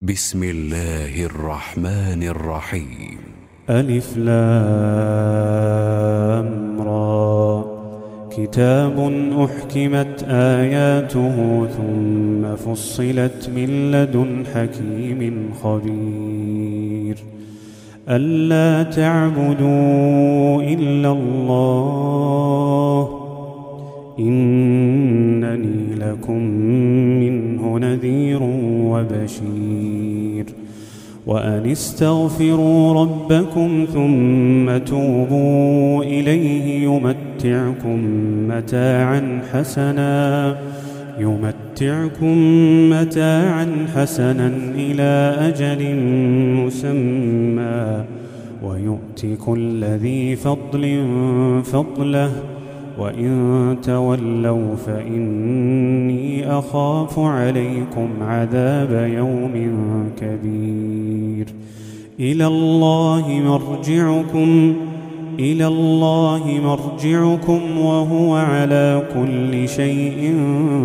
بسم الله الرحمن الرحيم. ألف لام را. كتاب أحكمت آياته ثم فصلت من لدن حكيم خبير. ألا تعبدوا إلا الله إنني لكم منه نذير وبشير. وأن استغفروا ربكم ثم توبوا إليه يمتعكم متاعا حسنا إلى أجل مسمى ويؤت كل ذي فضل فضله وإن تولوا فإني أخاف عليكم عذاب يوم كبير. إلى الله مرجعكم وهو على كل شيء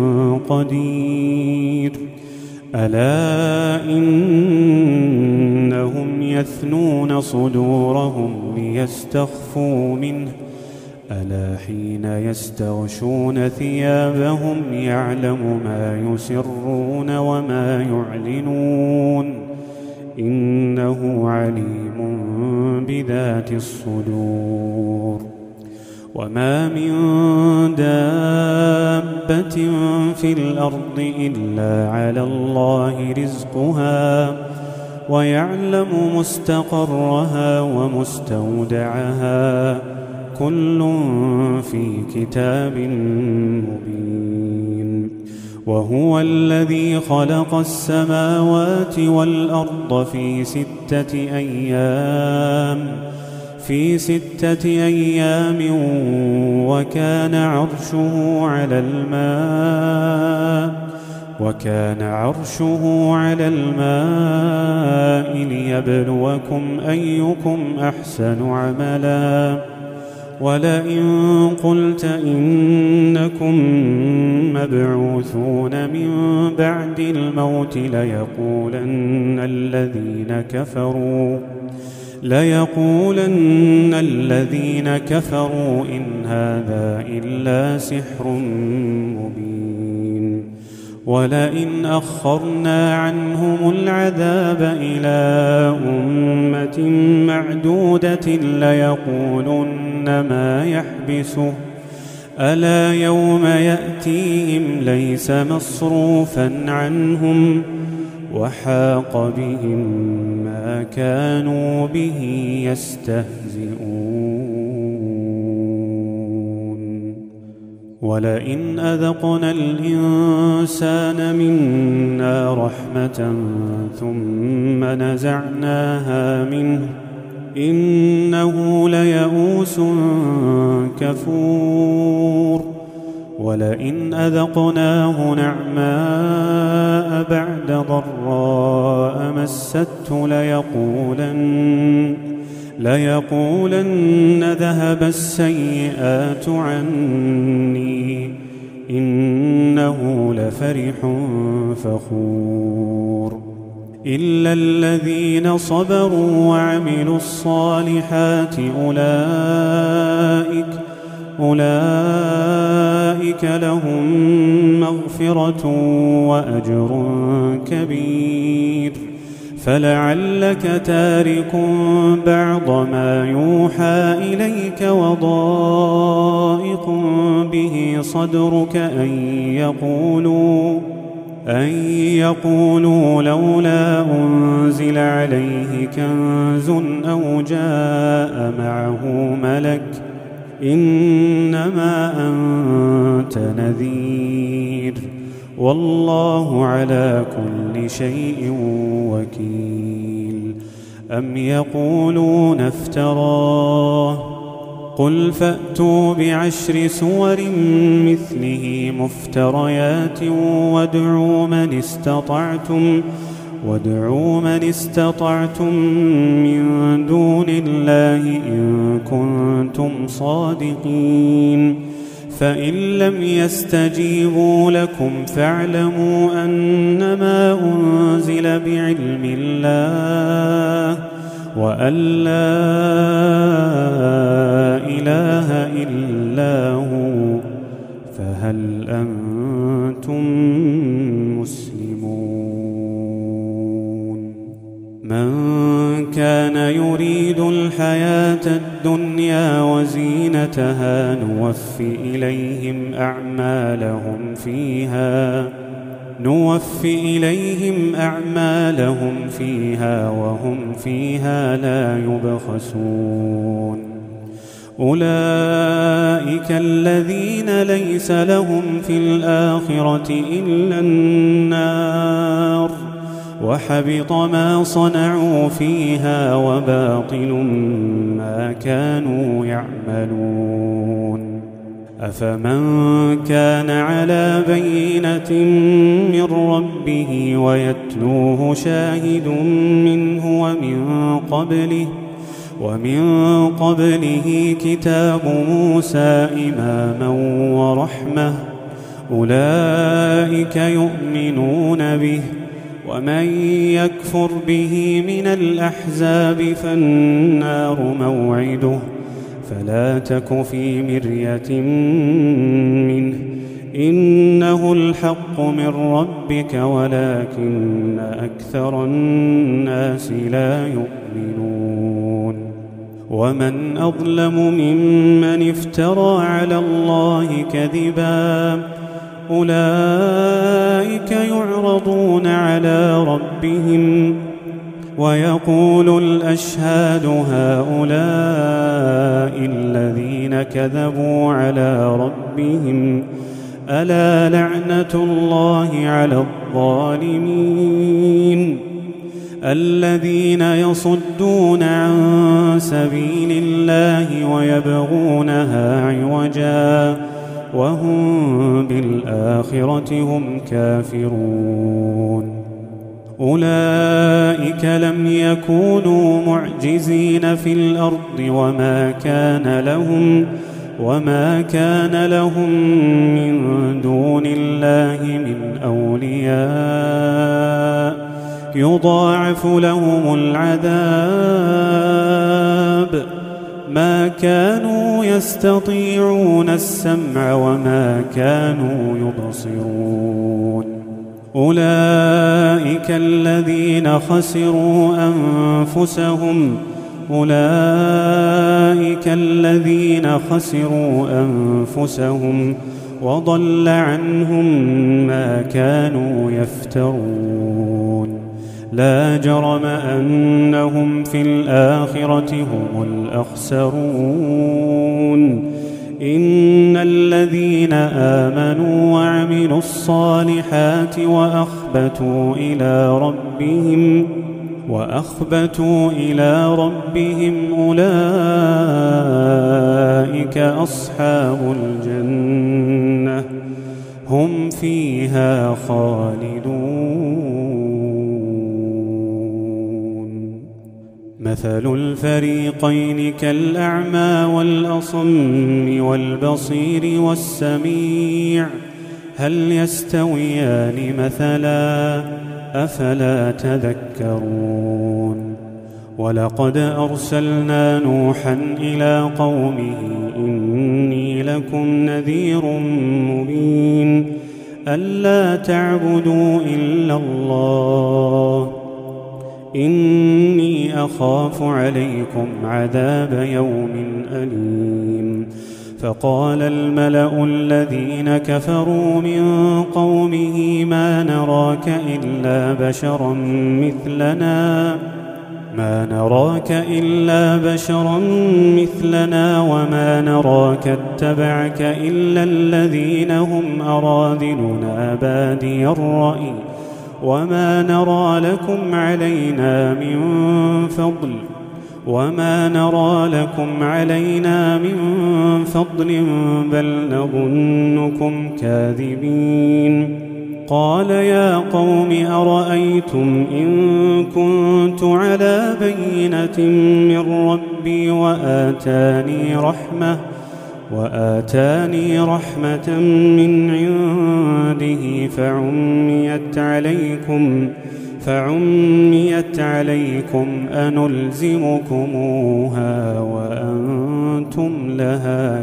قدير. ألا إنهم يثنون صدورهم ليستخفوا منه ألا حين يستغشون ثيابهم يعلم ما يسرون وما يعلنون إنه عليم بذات الصدور. وما من دابة في الأرض إلا على الله رزقها ويعلم مستقرها ومستودعها كل في كتاب مبين. وهو الذي خلق السماوات والأرض في ستة أيام وكان عرشه على الماء ليبلوكم أيكم أحسن عملا. ولئن قلت إنكم مبعوثون من بعد الموت ليقولن الذين كفروا إن هذا إلا سحر مبين. ولئن أخرنا عنهم العذاب إلى أمة معدودة ليقولن ما يحبسه ألا يوم يأتيهم ليس مصروفا عنهم وحاق بهم ما كانوا به يستهزئون. ولئن أذقنا الإنسان منا رحمة ثم نزعناها منه إنه ليئوس كفور. ولئن أذقناه نعماء بعد ضراء مسته ليقولن ذهب السيئات عني إنه لفرح فخور. إلا الذين صبروا وعملوا الصالحات أولئك لهم مغفرة وأجر كبير. فلعلك تارك بعض ما يوحى إليك وضائق به صدرك أن يقولوا لولا أنزل عليه كنز أو جاء معه ملك إنما أنت نذير والله على كل شيء وكيل. أم يقولون افتراه قل فأتوا بعشر سور مثله مفتريات وادعوا من استطعتم من دون الله إن كنتم صادقين فإن لم يستجيبوا لكم فاعلموا أنما أنزل بعلم الله وأن لا إله إلا هو فهل أنتم مسلمون؟ من كان يريد الحياة الدنيا وزينتها نوفِ إليهم أعمالهم فيها وهم فيها لا يبخسون. أولئك الذين ليس لهم في الآخرة إلا النار وحبط ما صنعوا فيها وباطل ما كانوا يعملون. أفمن كان على بينة من ربه ويتلوه شاهد منه ومن قبله كتاب موسى إماما ورحمة أولئك يؤمنون به ومن يكفر به من الأحزاب فالنار موعده فلا تك في مرية منه إنه الحق من ربك ولكن أكثر الناس لا يؤمنون. ومن أظلم ممن افترى على الله كذبا أولئك يعرضون على ربهم ويقول الأشهاد هؤلاء الذين كذبوا على ربهم ألا لعنة الله على الظالمين الذين يصدون عن سبيل الله ويبغونها عوجا وهم بالآخرة هم كافرون. أولئك لم يكونوا معجزين في الأرض وما كان لهم من دون الله من أولياء يضاعف لهم العذاب ما كانوا يستطيعون السمع وما كانوا يبصرون. أولئك الذين خسروا أنفسهم وضل عنهم ما كانوا يفترون. لا جرم أنهم في الآخرة هم الأخسرون. إن الذين آمنوا وعملوا الصالحات وأخبتوا إلى ربهم أولئك أصحاب الجنة هم فيها خالدون. مثل الفريقين كالأعمى والأصم والبصير والسميع هل يستويان مثلا أفلا تذكرون. ولقد أرسلنا نوحا إلى قومه إني لكم نذير مبين ألا تعبدوا إلا الله إني أخاف عليكم عذاب يوم أليم. فقال الملأ الذين كفروا من قومه ما نراك إلا بشرا مثلنا وما نراك اتبعك إلا الذين هم أراذلنا بادي الرأي وما نرى لكم علينا من فضل بل نظنكم كاذبين. قال يا قوم أرأيتم إن كنت على بينة من ربي وآتاني رحمة من عنده فعميت عليكم أنلزمكموها وأنتم لها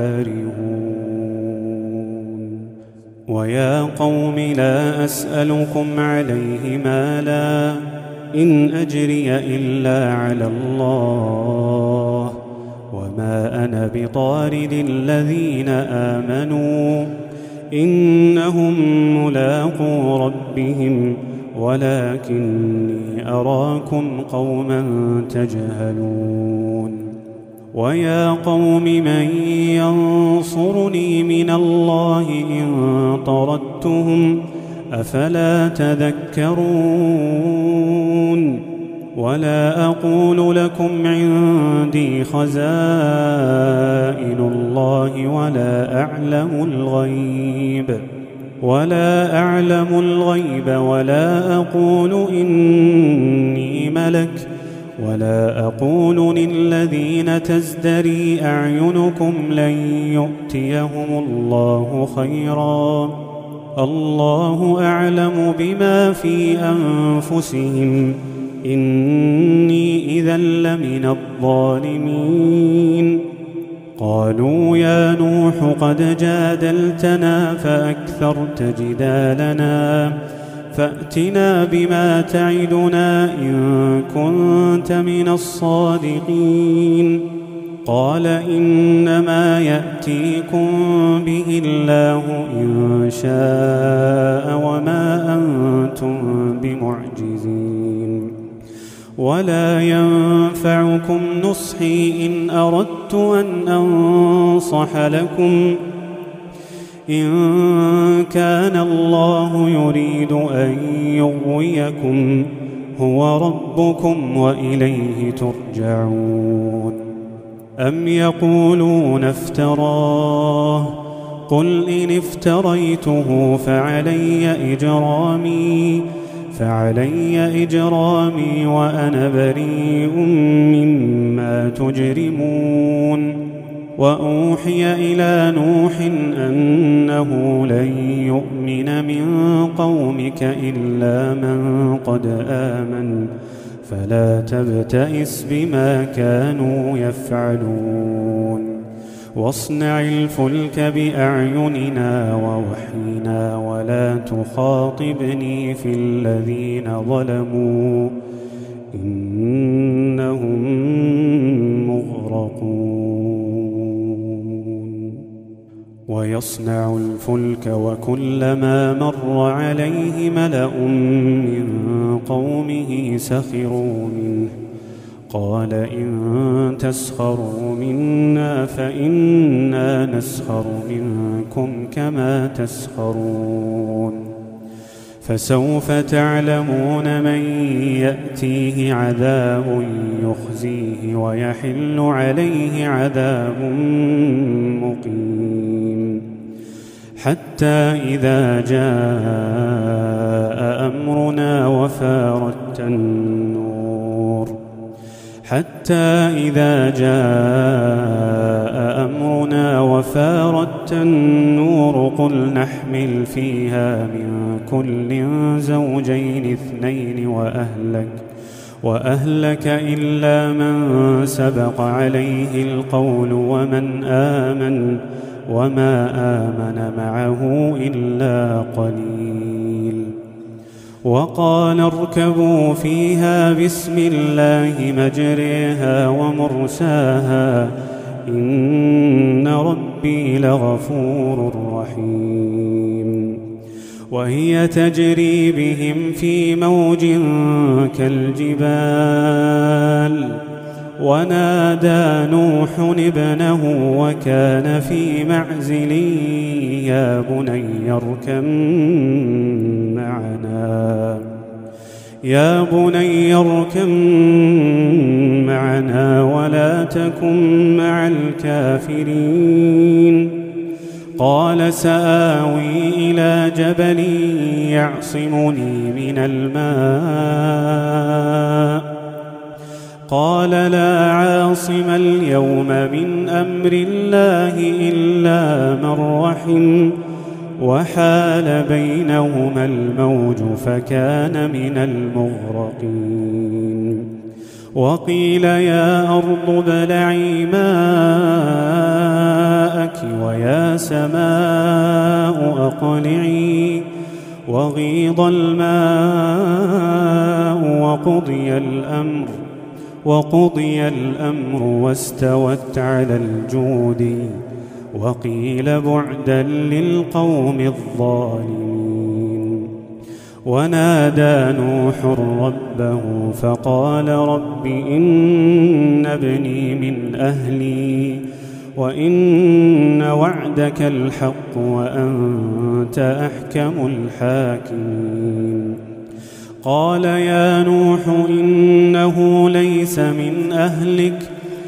كارهون. ويا قوم لا أسألكم عليه مالا إن أجري إلا على الله وما أنا بطارد الذين آمنوا إنهم ملاقو ربهم ولكني أراكم قوما تجهلون. ويا قوم من ينصرني من الله إن طردتهم أفلا تذكرون. ولا أقول لكم عندي خزائن الله ولا أعلم الغيب ولا أقول إني ملك ولا أقول للذين تزدري أعينكم لن يؤتيهم الله خيرا الله أعلم بما في أنفسهم إني إذا لمن الظالمين. قالوا يا نوح قد جادلتنا فأكثرت جدالنا فأتنا بما تعدنا إن كنت من الصادقين. قال إنما يأتيكم به الله إن شاء وما أنتم بمعجزين. ولا ينفعكم نصحي إن أردت أن أنصح لكم إن كان الله يريد أن يغويكم هو ربكم وإليه ترجعون. أم يقولون افتراه قل إن افتريته فعلي إجرامي وأنا بريء مما تجرمون. وأوحي إلى نوح أنه لن يؤمن من قومك إلا من قد آمن فلا تبتئس بما كانوا يفعلون. واصنع الفلك بأعيننا ووحينا ولا تخاطبني في الذين ظلموا إنهم مغرقون. ويصنع الفلك وكلما مر عليه ملأ من قومه سخروا منه قال إن تسخروا منا فإنا نسخر منكم كما تسخرون. فسوف تعلمون من يأتيه عذاب يخزيه ويحل عليه عذاب مقيم. حتى إذا جاء أمرنا وفارت النور قل نحمل فيها من كل زوجين اثنين وأهلك إلا من سبق عليه القول ومن آمن وما آمن معه إلا قليل. وقال اركبوا فيها بسم الله مجريها ومرساها إن ربي لغفور رحيم. وهي تجري بهم في موج كالجبال ونادى نوح ابنه وكان في معزل يا بني اركب معنا ولا تكن مع الكافرين. قال سآوي إلى جبل يعصمني من الماء قال لا عاصم اليوم من أمر الله إلا من رحم وحال بينهما الموج فكان من المغرقين وقيل يا أرض ابلعي ماءك ويا سماء أقلعي وغيض الماء وقضي الأمر واستوت على الجود وقيل بعدا للقوم الظالمين ونادى نوح ربه فقال رب إن ابني من أهلي وإن وعدك الحق وأنت أحكم الحاكمين قال يا نوح إنه ليس من أهلك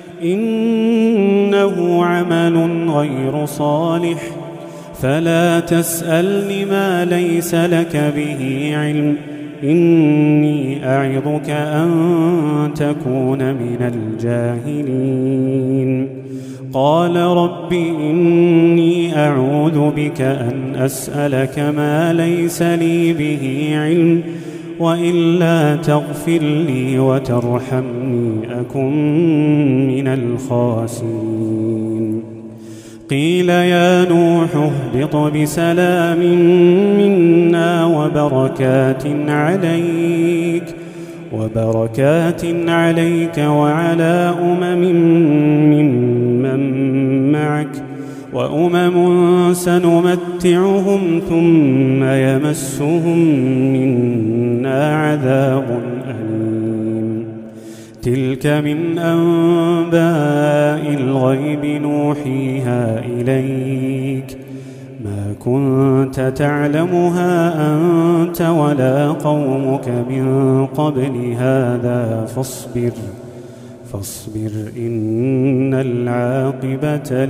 إنه عمل غير صالح فلا تسألني ما ليس لك به علم إني أعظك أن تكون من الجاهلين قال رب إني أعوذ بك أن أسألك ما ليس لي به علم وإلا تغفر لي وترحمني أكن من الخاسرين قيل يا نوح اهبط بسلام منا وبركات عليك وعلى ممن معك وأمم سنمتعهم ثم يمسهم منا عذاب أليم تلك من أنباء الغيب نوحيها إليك ما كنت تعلمها أنت ولا قومك من قبل هذا فاصبر إن العاقبة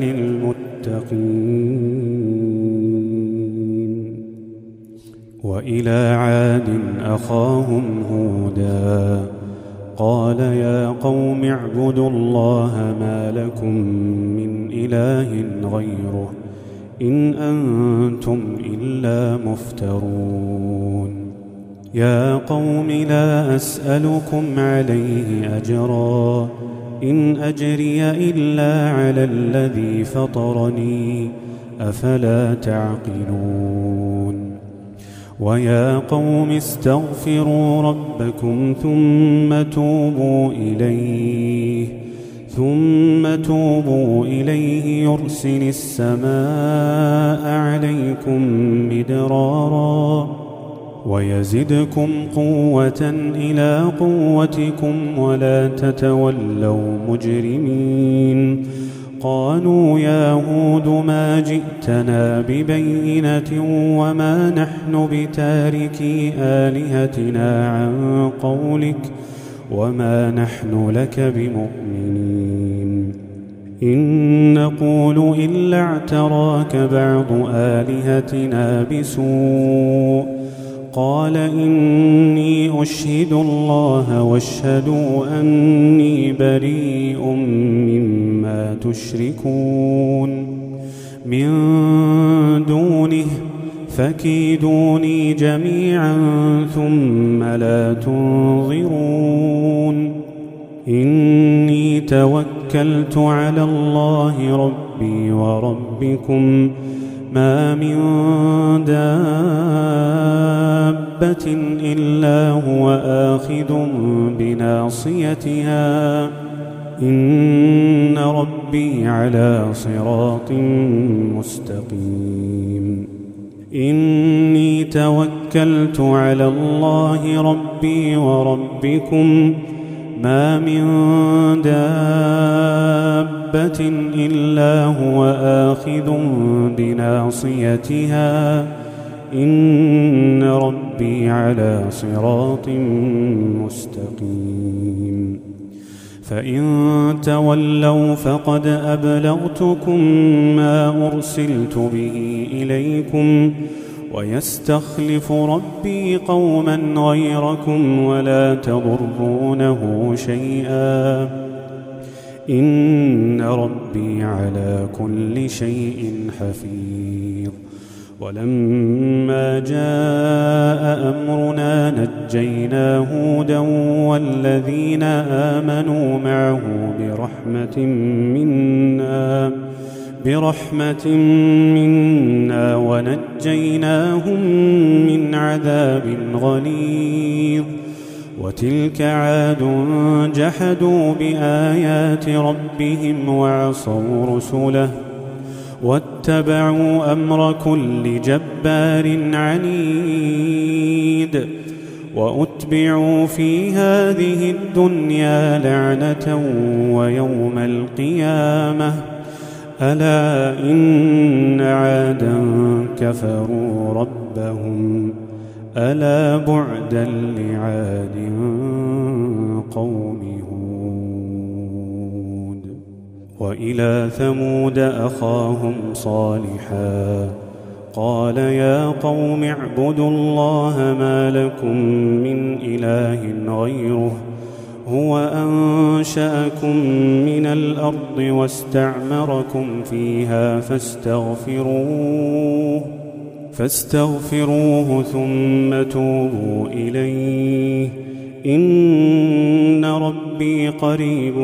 للمتقين وإلى عاد أخاهم هودا قال يا قوم اعبدوا الله ما لكم من إله غيره إن أنتم إلا مفترون يا قوم لا أسألكم عليه أجرا إن أجري إلا على الذي فطرني أفلا تعقلون ويا قوم استغفروا ربكم ثم توبوا إليه يرسل السماء عليكم مدرارا ويزدكم قوة إلى قوتكم ولا تتولوا مجرمين قالوا يا هود ما جئتنا ببينة وما نحن بتاركي آلهتنا عن قولك وما نحن لك بمؤمنين إن نقول إلا اعتراك بعض آلهتنا بسوء قال إني أشهد الله واشهدوا أني بريء مما تشركون من دونه فكيدوني جميعا ثم لا تنظرون إني توكلت على الله ربي وربكم ما من دابة إلا هو آخذ بناصيتها إن ربي على صراط مستقيم إني توكلت على الله ربي وربكم ما من دابة إلا هو آخذ بناصيتها إن ربي على صراط مستقيم فإن تولوا فقد أبلغتكم ما أرسلت به إليكم ويستخلف ربي قوما غيركم ولا تضرونه شيئا إن ربي على كل شيء حفيظ. ولما جاء أمرنا نجينا هودا والذين آمنوا معه برحمة منا ونجيناهم من عذاب غليظ. وتلك عاد جحدوا بآيات ربهم وعصوا رسله واتبعوا أمر كل جبار عنيد. وأتبعوا في هذه الدنيا لعنة ويوم القيامة ألا إن عادا كفروا ربهم ألا بعدا لعاد قوم هود. وإلى ثمود أخاهم صالحا قال يا قوم اعبدوا الله ما لكم من إله غيره هو أنشأكم من الأرض واستعمركم فيها فاستغفروه ثم توبوا إليه إن ربي قريب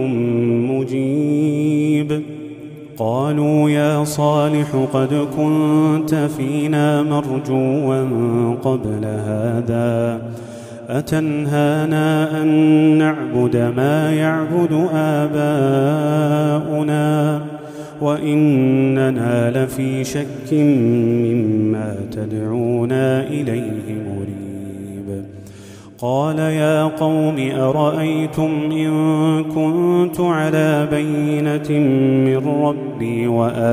مجيب. قالوا يا صالح قد كنت فينا مرجوا قبل هذا أتنهانا أن نعبد ما يعبد آباؤنا وإننا لفي شك مما تدعونا إليه مريب. قال يا قوم أرأيتم إن كنت على بينة من ربي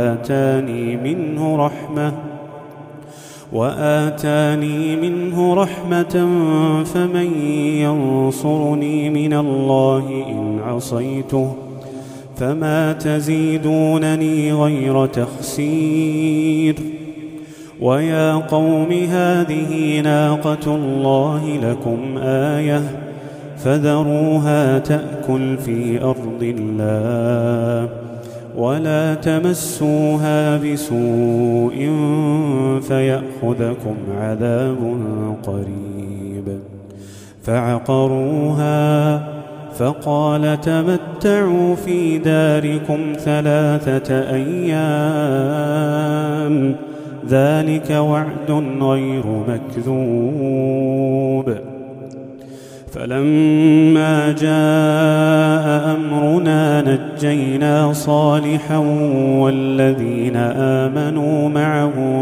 وآتاني منه رحمة فمن ينصرني من الله إن عصيته فما تزيدونني غير تخسير. ويا قوم هذه ناقة الله لكم آية فذروها تأكل في أرض الله ولا تمسوها بسوء فيأخذكم عذاب قريب. فعقروها فقال تمتعوا في داركم 3 أيام ذلك وعد غير مكذوب. فلما جاء أمرنا نجينا صالحا والذين آمنوا معه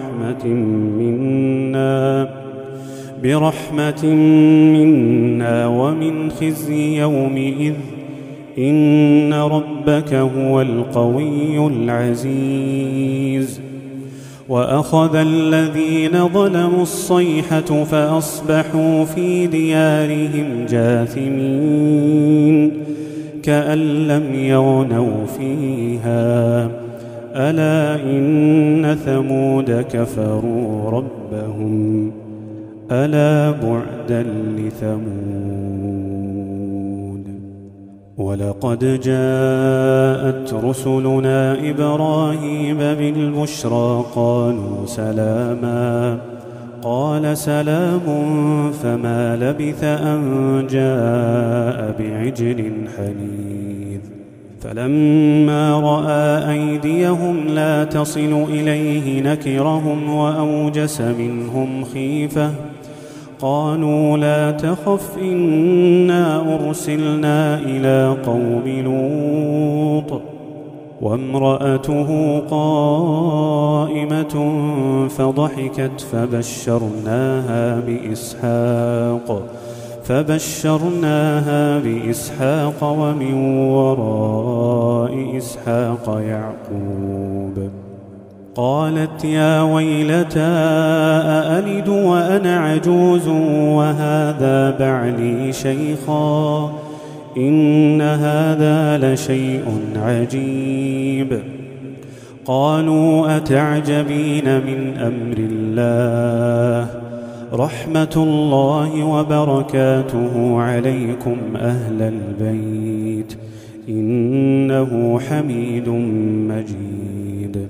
برحمة منا ومن خزي يومئذ إن ربك هو القوي العزيز. وأخذ الذين ظلموا الصيحة فأصبحوا في ديارهم جاثمين كأن لم يغنوا فيها ألا إن ثمود كفروا ربهم ألا بعدا لثمود. ولقد جاءت رسلنا إبراهيم بالبشرى قالوا سلاما قال سلام فما لبث أن جاء بعجل حنيذ. فلما رأى أيديهم لا تصل إليه نكرهم وأوجس منهم خيفة قالوا لا تخف إنا أرسلنا إلى قوم لوط وامرأته قائمة فضحكت فبشرناها بإسحاق ومن وراء إسحاق يعقوب. قالت يا ويلتى أألد وأنا عجوز وهذا بعلي شيخا إن هذا لشيء عجيب. قالوا أتعجبين من أمر الله الله. رحمة الله وبركاته عليكم أهل البيت، إنه حميد مجيد.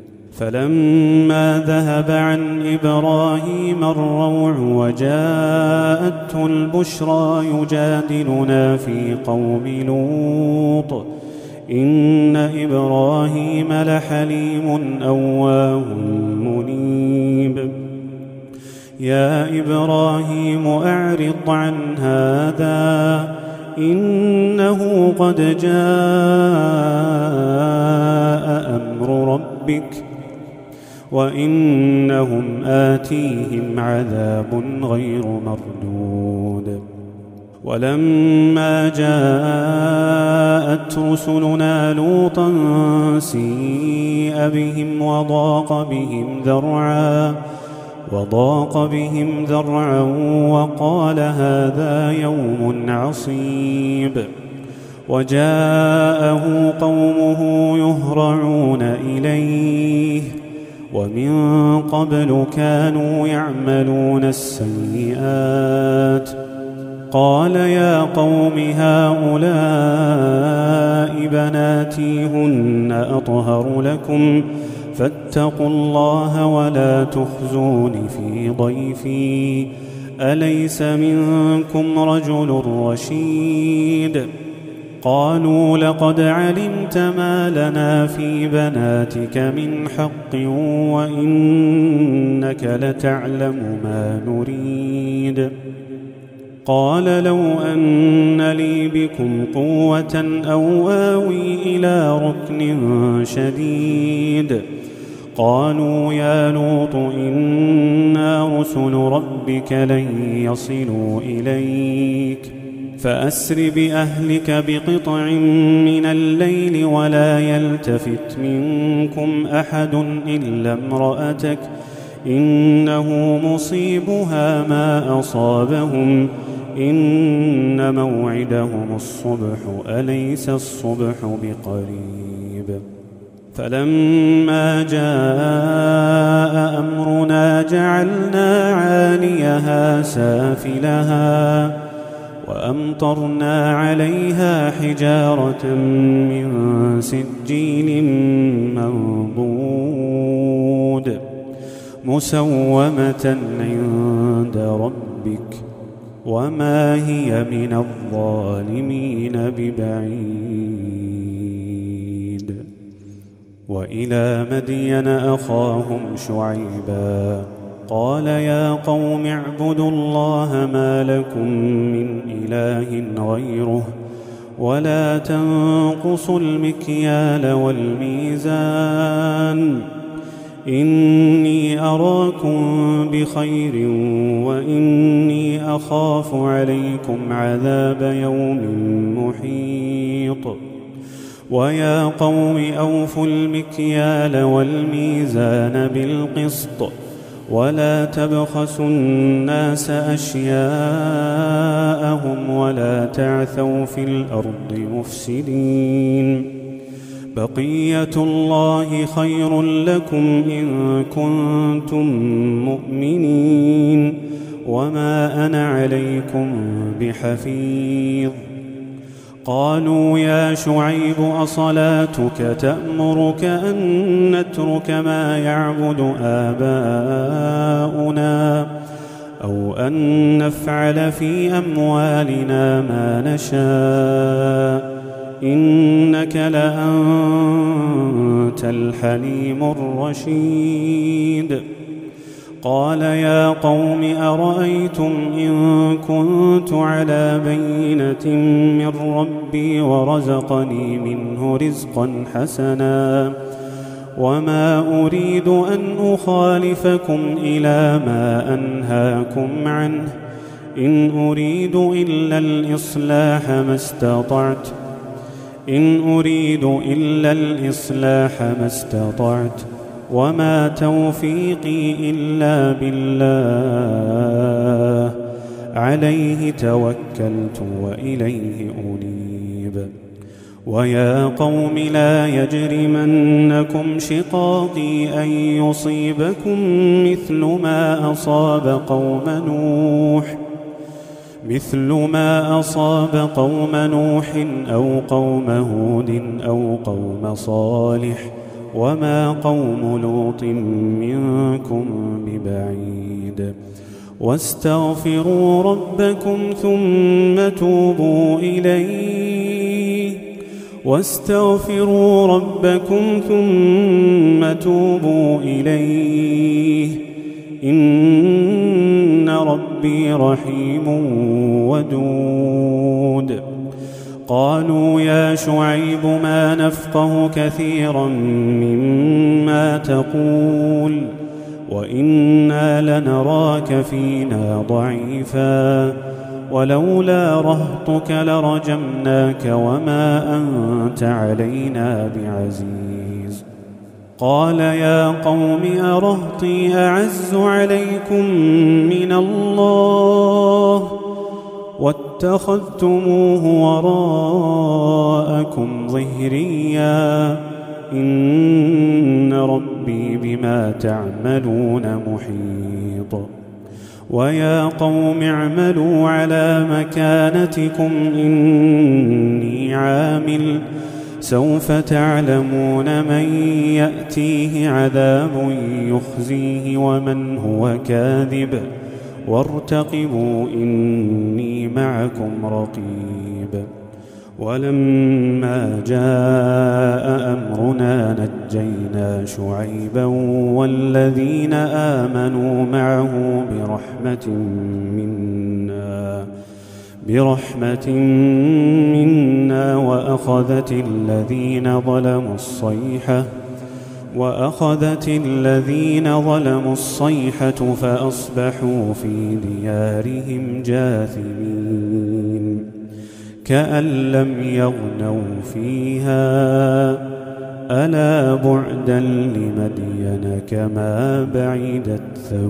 فلما ذهب عن إبراهيم الروع وجاءته البشرى يجادلنا في قوم لوط إن إبراهيم لحليم أواه منيب. يا إبراهيم أعرض عن هذا إنه قد جاء أمر ربك وإنهم آتيهم عذاب غير مردود. ولما جاءت رسلنا لوطا سيء بهم وضاق بهم ذرعا وقال هذا يوم عصيب. وجاءه قومه يهرعون إليه ومن قبل كانوا يعملون السيئات. قال يا قوم هؤلاء بناتي هن أطهر لكم فاتقوا الله ولا تخزون في ضيفي أليس منكم رجل رشيد. قالوا لقد علمت ما لنا في بناتك من حق وإنك لتعلم ما نريد. قال لو أن لي بكم قوة أو آوي إلى ركن شديد. قالوا يا لوط إنا رسل ربك لن يصلوا إليك فأسر بأهلك بقطع من الليل ولا يلتفت منكم أحد إلا امرأتك إنه مصيبها ما أصابهم إن موعدهم الصبح أليس الصبح بقريب. فلما جاء أمرنا جعلنا عاليها سافلها وأمطرنا عليها حجارة من سجيل منضود مسومة عند ربك وما هي من الظالمين ببعيد. وإلى مدين أخاهم شعيبا قال يا قوم اعبدوا الله ما لكم من إله غيره ولا تنقصوا المكيال والميزان إني أراكم بخير وإني أخاف عليكم عذاب يوم محيط. ويا قوم أوفوا المكيال والميزان بالقسط ولا تبخسوا الناس أشياءهم ولا تعثوا في الأرض مفسدين. بقية الله خير لكم إن كنتم مؤمنين وما أنا عليكم بحفيظ. قالوا يا شعيب أصلاتك تأمرك أن نترك ما يعبد آباؤنا أو أن نفعل في أموالنا ما نشاء إنك لأنت الحليم الرشيد. قال يا قوم أرأيتم إن كنت على بينة من ربي ورزقني منه رزقا حسنا وما أريد أن أخالفكم إلى ما أنهاكم عنه إن أريد إلا الإصلاح ما استطعت وما توفيقي إلا بالله عليه توكلت وإليه أنيب. ويا قوم لا يجرمنكم شقاقي أن يصيبكم مثل ما أصاب قوم نوح أو قوم هود أو قوم صالح وما قوم لوط منكم ببعيد واستغفروا ربكم ثم توبوا إليه إن ربي رحيم ودود. قالوا يا شعيب ما نفقه كثيرا مما تقول وإنا لنراك فينا ضعيفا ولولا رهطك لرجمناك وما أنت علينا بعزيز. قال يا قوم أرهطي أعز عليكم من الله واتخذتموه وراءكم ظهريا إن ربي بما تعملون محيط. ويا قوم اعملوا على مكانتكم إني عامل سوف تعلمون من يأتيه عذاب يخزيه ومن هو كاذب وارتقبوا إني معكم رقيب. ولما جاء أمرنا نجينا شعيبا والذين آمنوا معه برحمة منا وأخذت الذين ظلموا الصيحة فأصبحوا في ديارهم جاثمين كأن لم يغنوا فيها ألا بعدا لمدين كما بعدت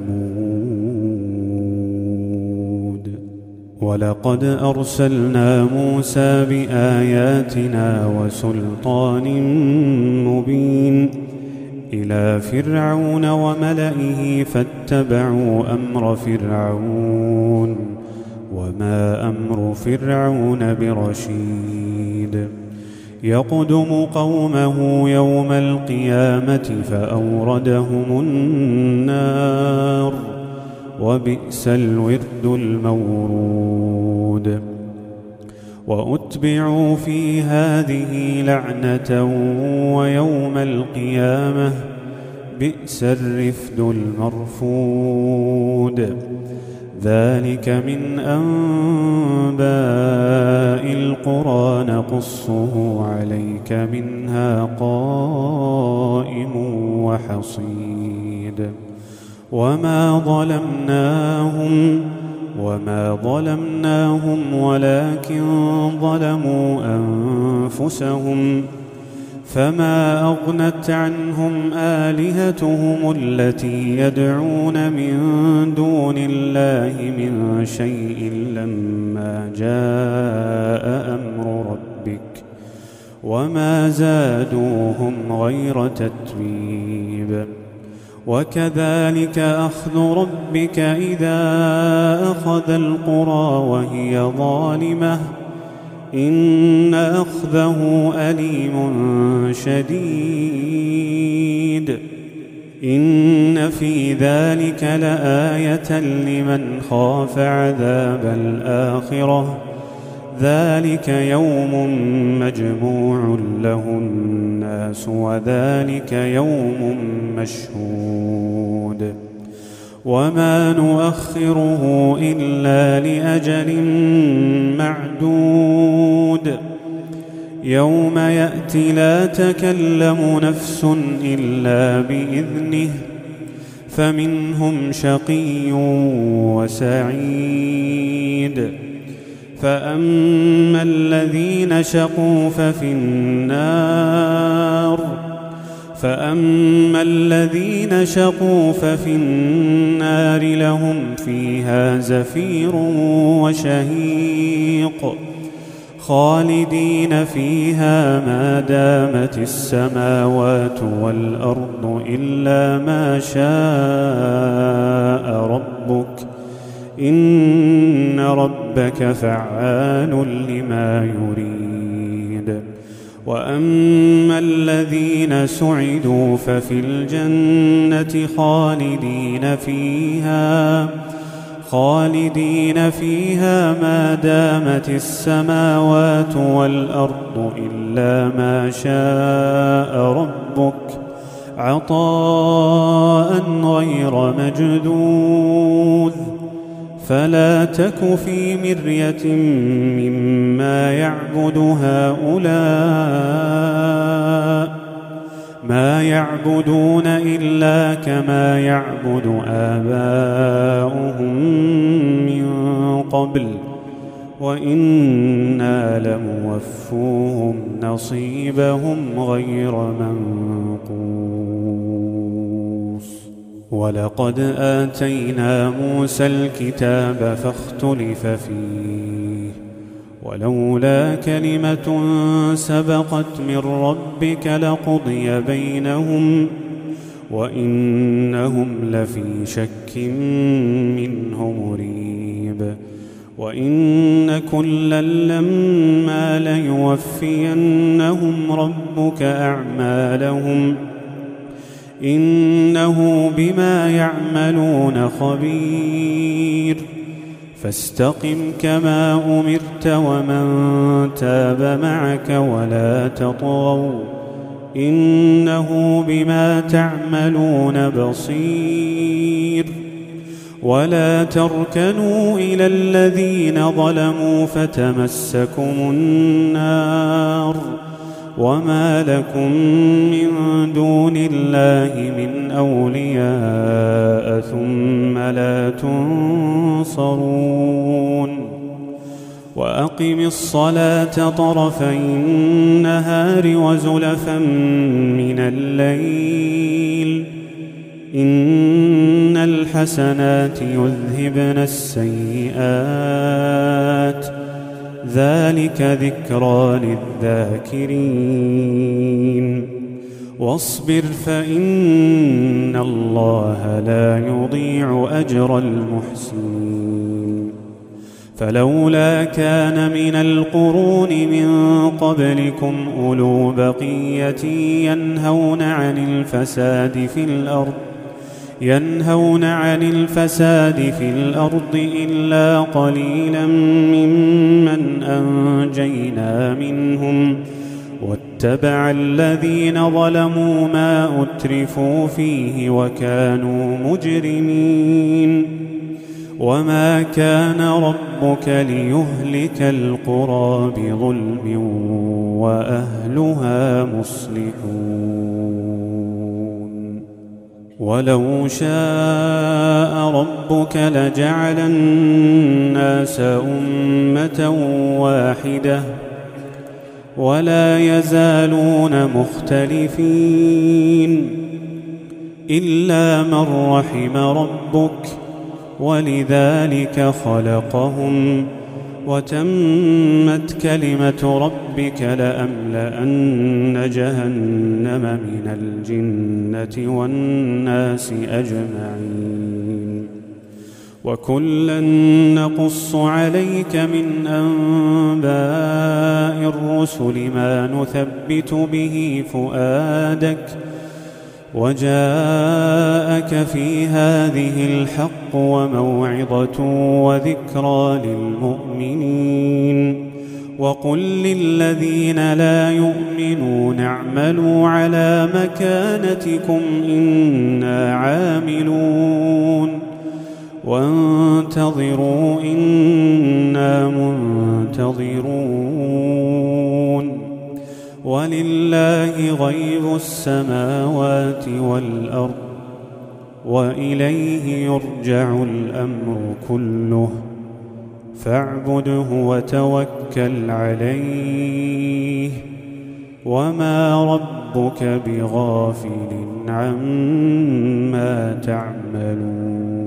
ثمود. ولقد أرسلنا موسى بآياتنا وسلطان مبين إلى فرعون وملئه فاتبعوا أمر فرعون وما أمر فرعون برشيد. يقدم قومه يوم القيامة فأوردهم النار وبئس الورد المورود. وأتبعوا في هذه لعنة ويوم القيامة بئس الرفد المرفود. ذلك من أنباء القرى نقصه عليك منها قائم وحصيد. وما ظلمناهم ولكن ظلموا أنفسهم فما أغنت عنهم آلهتهم التي يدعون من دون الله من شيء لما جاء أمر ربك وما زادوهم غير تتبيب. وكذلك أخذ ربك إذا أخذ القرى وهي ظالمة إن أخذه أليم شديد. إن في ذلك لآية لمن خاف عذاب الآخرة ذلك يوم مجموع له الناس وذلك يوم مشهود. وما نؤخره إلا لأجل معدود يوم يأتي لا تكلم نفس إلا بإذنه فمنهم شقي وسعيد. فأما الذين شقوا ففي النار لهم فيها زفير وشهيق خالدين فيها ما دامت السماوات والأرض إلا ما شاء ربك إن ربك فعال لما يريد. وأما الذين سعدوا ففي الجنة خالدين فيها ما دامت السماوات والأرض إلا ما شاء ربك عطاء غير مجذوذ. فلا تك في مرية مما يعبد هؤلاء ما يعبدون إلا كما يعبد آباؤهم من قبل وإنا لموفوهم نصيبهم غير منقوص. ولقد آتينا موسى الكتاب فاختلف فيه ولولا كلمة سبقت من ربك لقضي بينهم وإنهم لفي شك منه مريب. وإن كلا لما ليوفينهم ربك أعمالهم إنه بما يعملون خبير. فاستقم كما أمرت ومن تاب معك ولا تطغوا إنه بما تعملون بصير. ولا تركنوا إلى الذين ظلموا فتمسكم النار وما لكم من دون الله من أولياء ثم لا تنصرون. وأقم الصلاة طرفي النهار وزلفا من الليل إن الحسنات يذهبن السيئات ذلك ذكرى للذاكرين. واصبر فإن الله لا يضيع أجر المحسنين. فلولا كان من القرون من قبلكم أولو بقية ينهون عن الفساد في الأرض إلا قليلا ممن أنجينا منهم واتبع الذين ظلموا ما أترفوا فيه وكانوا مجرمين. وما كان ربك ليهلك القرى بظلم وأهلها مصلحون. ولو شاء ربك لجعل الناس أمة واحدة ولا يزالون مختلفين إلا من رحم ربك ولذلك خلقهم وتمت كلمة ربك لأملأن جهنم من الجنة والناس أجمعين. وكلا نقص عليك من أنباء الرسل ما نثبت به فؤادك وجاءك في هذه الحق وموعظة وذكرى للمؤمنين. وقل للذين لا يؤمنون اعملوا على مكانتكم إنا عاملون وانتظروا إنا منتظرون. ولله غيب السماوات والأرض وإليه يرجع الأمر كله فاعبده وتوكل عليه وما ربك بغافل عما تعملون.